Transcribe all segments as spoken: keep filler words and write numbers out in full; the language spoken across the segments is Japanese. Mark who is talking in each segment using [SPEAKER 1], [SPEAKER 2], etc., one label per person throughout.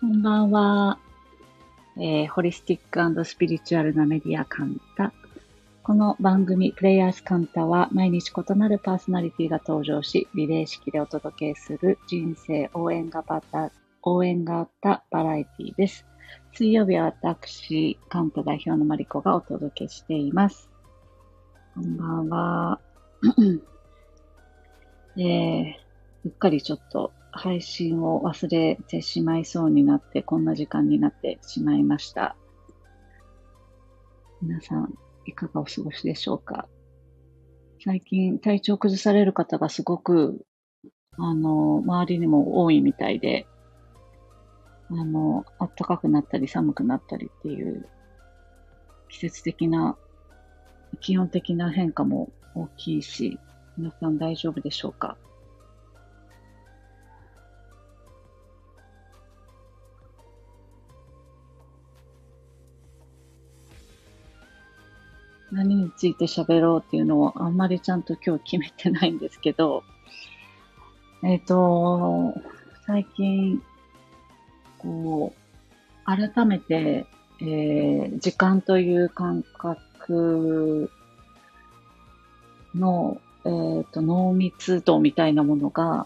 [SPEAKER 1] んばんは、えーホリスティック&スピリチュアルなメディアカンタ。この番組、プレイヤースカンタは毎日異なるパーソナリティが登場し、リレー式でお届けする人生応援型応援型バラエティです。水曜日は私、カンタ代表のマリコがお届けしています。こんばんは。えー、うっかりちょっと配信を忘れてしまいそうになって、こんな時間になってしまいました。皆さん、いかがお過ごしでしょうか。最近、体調崩される方がすごく、あの、周りにも多いみたいで、あの、暖かくなったり寒くなったりっていう季節的な、気温的な変化も大きいし、皆さん大丈夫でしょうか。何について喋ろうっていうのをあんまりちゃんと今日決めてないんですけど、えっと、最近、こう、改めて、えー時間という感覚の、えっと、濃密度みたいなものが、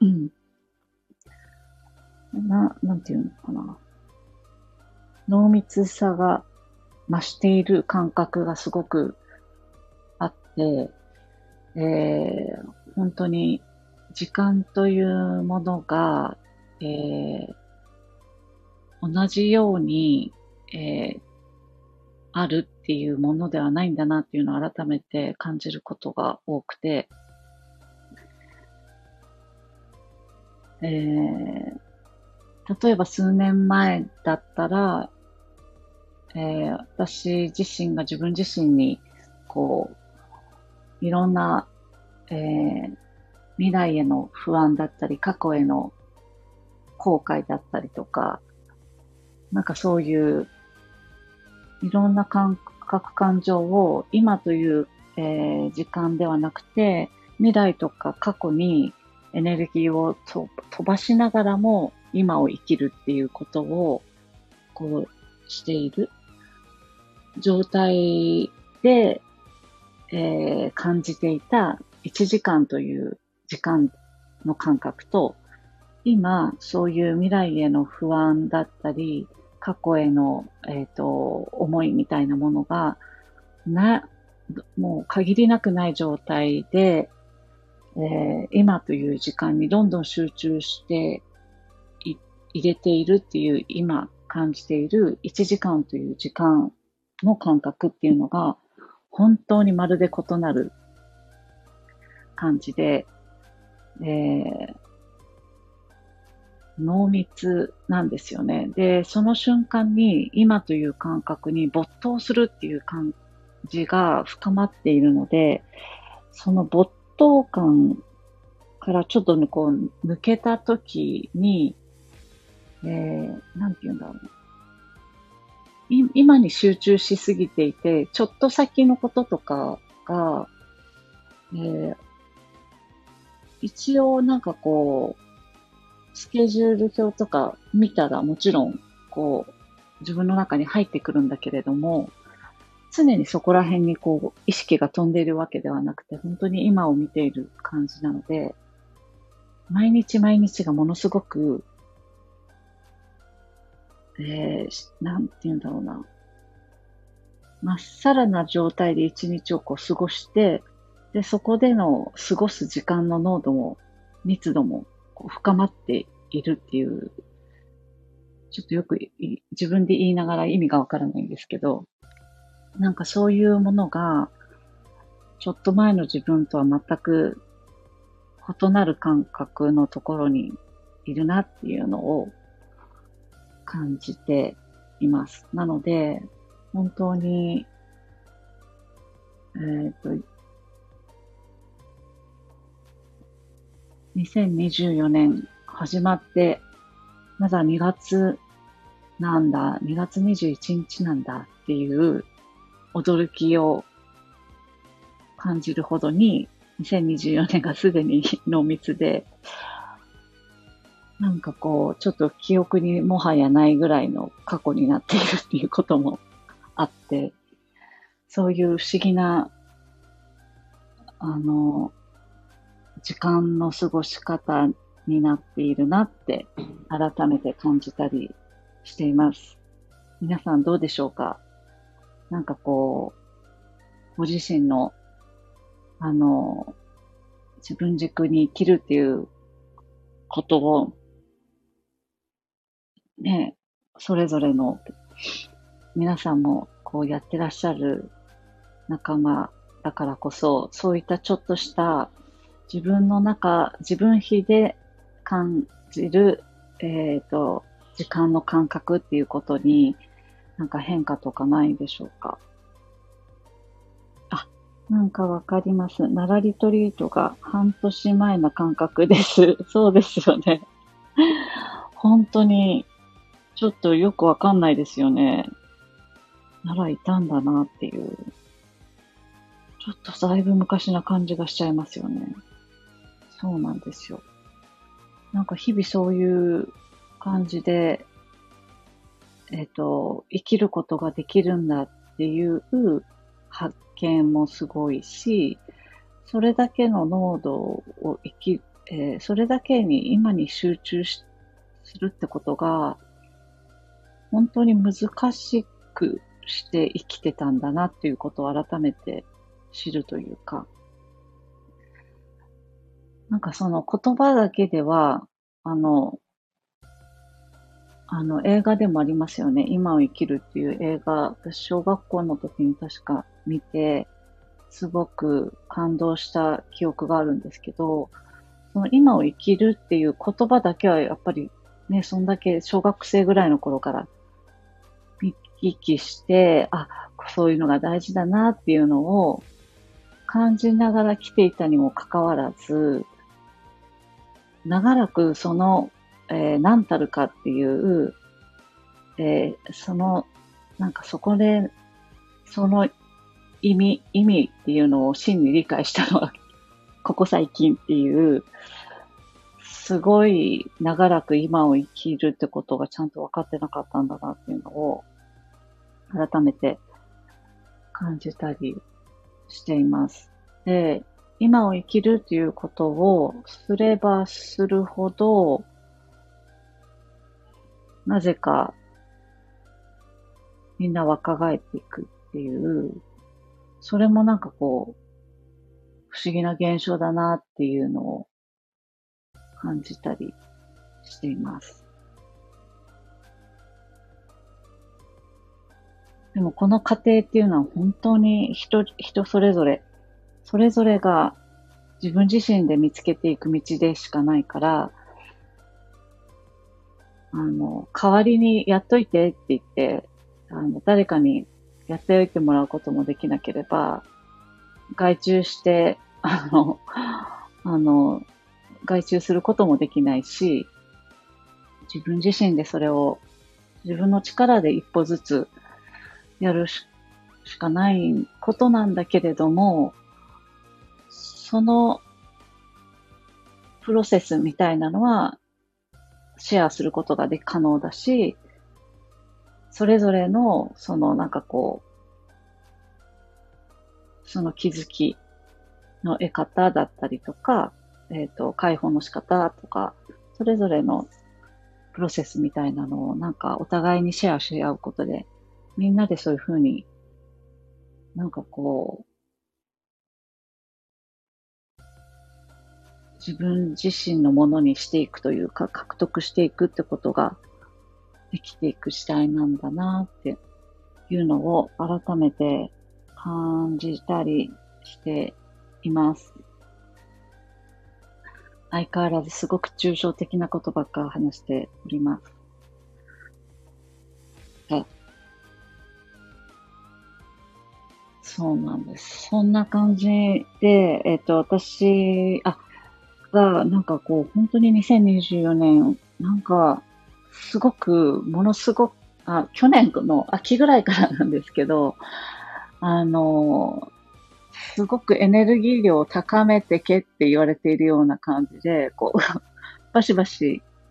[SPEAKER 1] な、なんていうのかな。濃密さが増している感覚がすごくあって、えー本当に時間というものが、えー同じように、えーあるっていうものではないんだなっていうのを改めて感じることが多くて、えー例えば数年前だったら、えー私自身が自分自身に、こう、いろんな、えー未来への不安だったり、過去への後悔だったりとか、なんかそういういろんな感覚感情を今という、えー時間ではなくて、未来とか過去にエネルギーをと飛ばしながらも今を生きるっていうことをこうしている状態で、えー感じていたいちじかんという時間の感覚と、今、そういう未来への不安だったり、過去への、えっ、と、思いみたいなものが、な、もう限りなくない状態で、えー今という時間にどんどん集中してい入れているっていう、今感じているいちじかんという時間の感覚っていうのが、本当にまるで異なる感じで、えー濃密なんですよね。で、その瞬間に今という感覚に没頭するっていう感じが深まっているので、その没頭感からちょっとね、こう抜けた時に、えー、なんて言うんだろうね。い今に集中しすぎていて、ちょっと先のこととかが、えー一応なんかこう、スケジュール表とか見たらもちろん、こう、自分の中に入ってくるんだけれども、常にそこら辺にこう、意識が飛んでいるわけではなくて、本当に今を見ている感じなので、毎日毎日がものすごく、えー、なんて言うんだろうな、まっさらな状態で一日をこう過ごして、で、そこでの過ごす時間の濃度も、密度もこう深まっているっていう、ちょっとよく自分で言いながら意味がわからないんですけど、なんかそういうものが、ちょっと前の自分とは全く異なる感覚のところにいるなっていうのを感じています。なので、本当に、えっと、にせんにじゅうよねん始まって、まだにがつなんだ、にがつにじゅういちにちなんだっていう驚きを感じるほどに、にせんにじゅうよねんがすでに濃密で、 なんかこう、ちょっと記憶にもはやないぐらいの過去になっているっていうこともあって、そういう不思議な、あの、時間の過ごし方になっているなって改めて感じたりしています。皆さんどうでしょうか？なんかこう、ご自身の、あの、自分軸に生きるっていうことをね、それぞれの皆さんもこうやってらっしゃる仲間だからこそ、そういったちょっとした自分の中、自分比で感じる、えっと、時間の感覚っていうことになんか変化とかないでしょうか？あ、なんかわかります。ナラリトリートが半年前な感覚です。そうですよね。本当に、ちょっとよくわかんないですよね。ならいたんだなっていう。ちょっとだいぶ昔な感じがしちゃいますよね。そうなんですよ。なんか日々そういう感じで、えっと、生きることができるんだっていう発見もすごいし、それだけの濃度を生き、えーそれだけに今に集中しするってことが、本当に難しくして生きてたんだなっていうことを改めて知るというか、なんかその言葉だけでは、あの、あの映画でもありますよね。今を生きるっていう映画、私小学校の時に確か見て、すごく感動した記憶があるんですけど、その今を生きるっていう言葉だけはやっぱりね、そんだけ小学生ぐらいの頃から見聞きして、あ、そういうのが大事だなっていうのを感じながら来ていたにもかかわらず、長らくその、えー何たるかっていう、えーその、なんかそこで、その意味、意味っていうのを真に理解したのは、ここ最近っていう、すごい長らく今を生きるってことがちゃんと分かってなかったんだなっていうのを、改めて感じたりしています。で、今を生きるということをすればするほど、なぜかみんな若返っていくっていう、それもなんかこう、不思議な現象だなっていうのを感じたりしています。でもこの過程っていうのは本当に人、人それぞれ、それぞれが自分自身で見つけていく道でしかないから、あの、代わりにやっといてって言って、あの、誰かにやっておいてもらうこともできなければ、外注して、あの、あの、外注することもできないし、自分自身でそれを自分の力で一歩ずつやるししかないことなんだけれども、そのプロセスみたいなのはシェアすることがで可能だし、それぞれの、そのなんかこう、その気づきの得方だったりとか、えっ、と、解放の仕方とか、それぞれのプロセスみたいなのをなんかお互いにシェアし合うことで、みんなでそういうふうになんかこう、自分自身のものにしていくというか、獲得していくってことができていく時代なんだなっていうのを改めて感じたりしています。相変わらずすごく抽象的なことばっか話しております。えそうなんです。そんな感じで、えっと、私、あ、が、なんかこう、本当ににせんにじゅうよねん、なんか、すごく、ものすごく、あ、去年の秋ぐらいからなんですけど、あの、すごくエネルギー量を高めてけって言われているような感じで、こう、バシバシ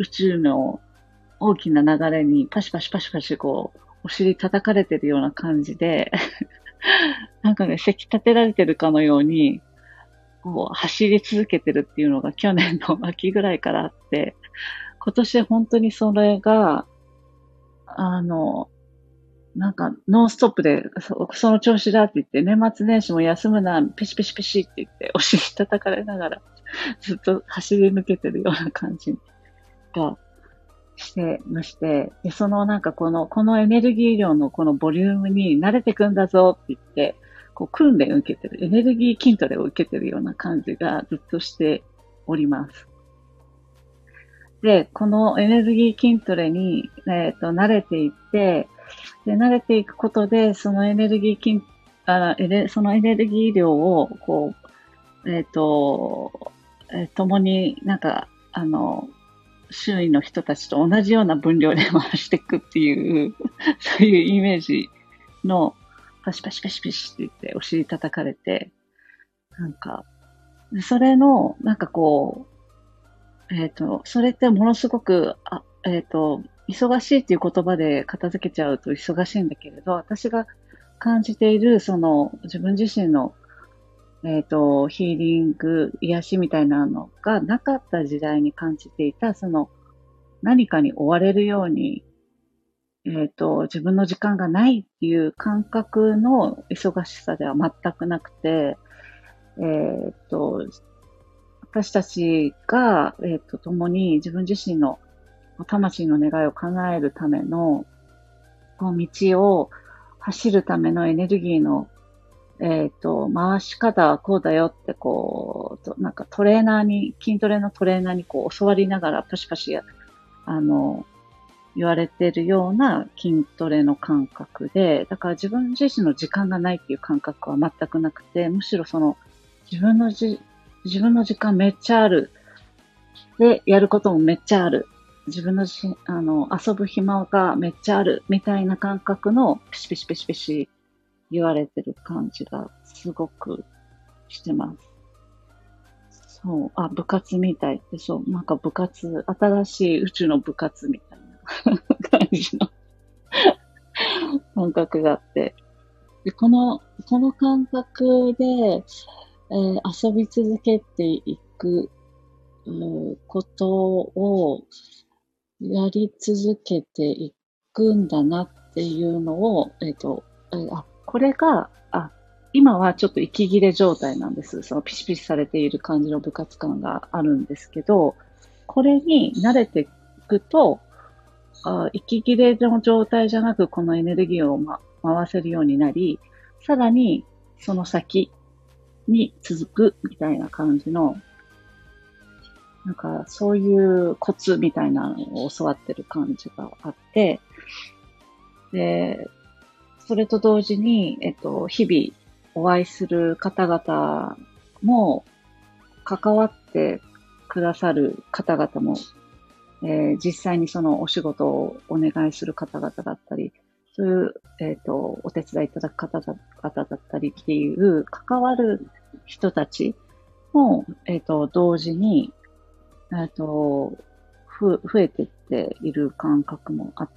[SPEAKER 1] 宇宙の大きな流れにパシパシパシパシこう、お尻叩かれてるような感じで、なんかね、せき立てられてるかのように、こう、走り続けてるっていうのが去年の秋ぐらいからあって、今年本当にそれが、あの、なんか、ノンストップで、そその調子だって言って、年末年始も休むな、ペシペシペシって言って、お尻叩かれながら、ずっと走り抜けてるような感じがしてまして、で、そのなんかこの、このエネルギー量のこのボリュームに慣れてくんだぞって言って、こう訓練を受けてる、エネルギー筋トレを受けてるような感じがずっとしております。で、このエネルギー筋トレに、えっと、慣れていって、で、慣れていくことで、そのエネルギー筋、あ、エネそのエネルギー量を、こう、えっと、えー共になんか、あの、周囲の人たちと同じような分量で回していくっていう、そういうイメージの、パシパシパシパシって言ってお尻叩かれて、なんか、それの、なんかこう、えっ、と、それってものすごく、あ、えっ、と、忙しいっていう言葉で片付けちゃうと忙しいんだけれど、私が感じている、その、自分自身の、えっ、と、ヒーリング、癒しみたいなのがなかった時代に感じていた、その、何かに追われるように、えっ、と、自分の時間がないっていう感覚の忙しさでは全くなくて、えっ、と、私たちが、えっ、と、共に自分自身の魂の願いを叶えるための、こう道を走るためのエネルギーの、えっ、と、回し方はこうだよって、こう、となんかトレーナーに、筋トレのトレーナーにこう教わりながらパシパシ、あの、言われているような筋トレの感覚で、だから自分自身の時間がないっていう感覚は全くなくて、むしろその自分のじ、自分の時間めっちゃある。で、やることもめっちゃある。自分のし、あの、遊ぶ暇がめっちゃある。みたいな感覚のピシピシピシピシ言われてる感じがすごくしてます。そう。あ、部活みたいって、そう。なんか部活、新しい宇宙の部活みたいな感じの感覚があって。で、この、この感覚で、えー遊び続けていく、うんことをやり続けていくんだなっていうのを、えっと、えーあ、これが、あ、今はちょっと息切れ状態なんです。そのピシピシされている感じの部活感があるんですけど、これに慣れていくと、あ、息切れの状態じゃなく、このエネルギーを、ま、回せるようになり、さらにその先に続くみたいな感じの、なんかそういうコツみたいなのを教わってる感じがあって、で、それと同時に、えっと、日々お会いする方々も、関わってくださる方々も、えー実際にそのお仕事をお願いする方々だったり、そういう、えっと、お手伝いいただく方々だったりっていう、関わる人たちも、えっと、同時に、えっと、ふ、増えてっている感覚もあって、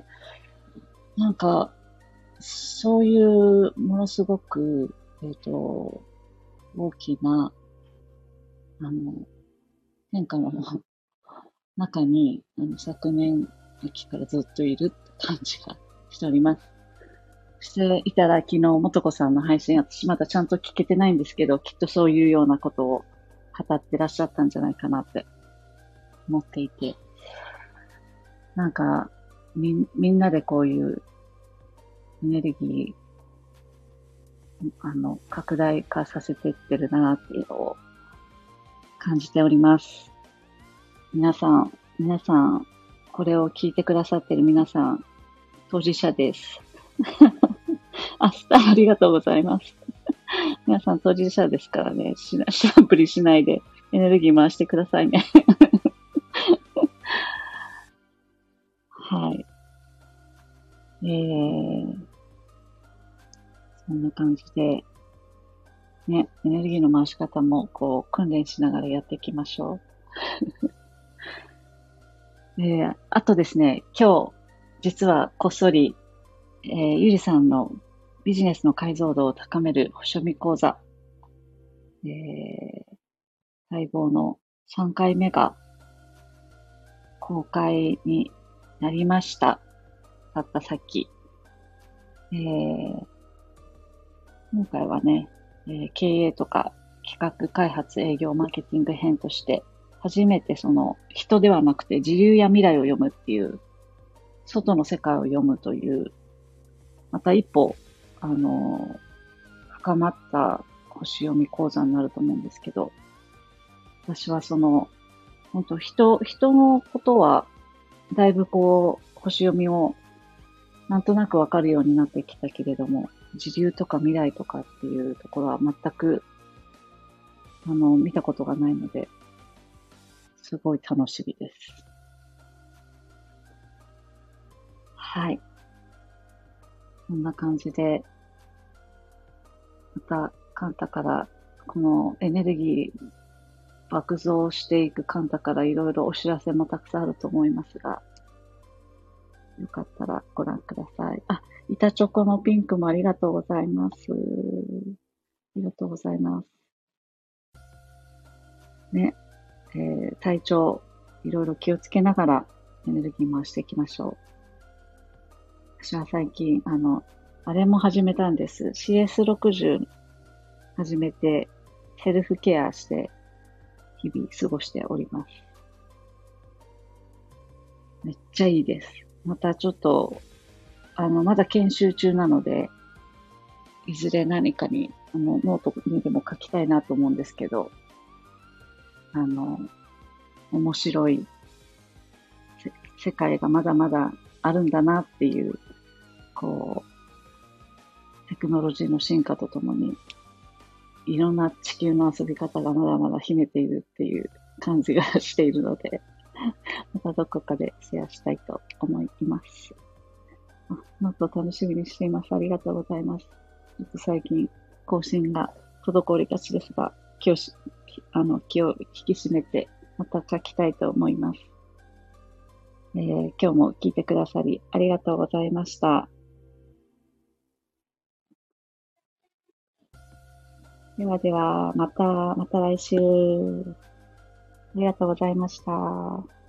[SPEAKER 1] なんか、そういうものすごく、えっと、大きな、あの、変化の中に、あの、昨年秋からずっといるって感じがしております。していただきのもとこさんの配信、私まだちゃんと聞けてないんですけど、きっとそういうようなことを語ってらっしゃったんじゃないかなって思っていて、なんか、み、みんなでこういうエネルギー、あの、拡大化させていってるなっていうのを感じております。皆さん、皆さん、これを聞いてくださってる皆さん、当事者です。あ、スターありがとうございます。皆さん当事者ですからね、しな、しらんぷりしないでエネルギー回してくださいね。はい。えー、そんな感じで、ね、エネルギーの回し方も、こう、訓練しながらやっていきましょう。 えー、あとですね、今日、実はこっそり、えー、ゆりさんのビジネスの解像度を高める星読み講座、えー、待望のさんかいめが公開になりました。たったさっき。えー、今回はね、えー経営とか企画開発営業マーケティング編として、初めてその人ではなくて自流や未来を読むっていう、外の世界を読むという、また一歩、あのー深まった星読み講座になると思うんですけど、私はその、本当人、人のことは、だいぶこう、星読みをなんとなくわかるようになってきたけれども、時流とか未来とかっていうところは全く、あの、見たことがないので、すごい楽しみです。はい。こんな感じで、また、カンタから、このエネルギー爆増していくカンタからいろいろお知らせもたくさんあると思いますが、よかったらご覧ください。あ、板チョコのピンクもありがとうございます。ありがとうございます。ね、えー体調、いろいろ気をつけながらエネルギー回していきましょう。私は最近、あの、あれも始めたんです。シーエスろくじゅう 始めて、セルフケアして日々過ごしております。めっちゃいいです。またちょっと、あの、まだ研修中なので、いずれ何かに、あの、ノートにでも書きたいなと思うんですけど、あの、面白いせ世界がまだまだあるんだなっていう、こう、テクノロジーの進化とともに、いろんな地球の遊び方がまだまだ秘めているっていう感じがしているので、またどこかでシェアしたいと思います。あ、ノート楽しみにしています。ありがとうございます。ちょっと最近更新が滞りがちですが、今日し、あの、気を引き締めて、また書きたいと思います。えー今日も聞いてくださりありがとうございました。ではでは、また、また来週。ありがとうございました。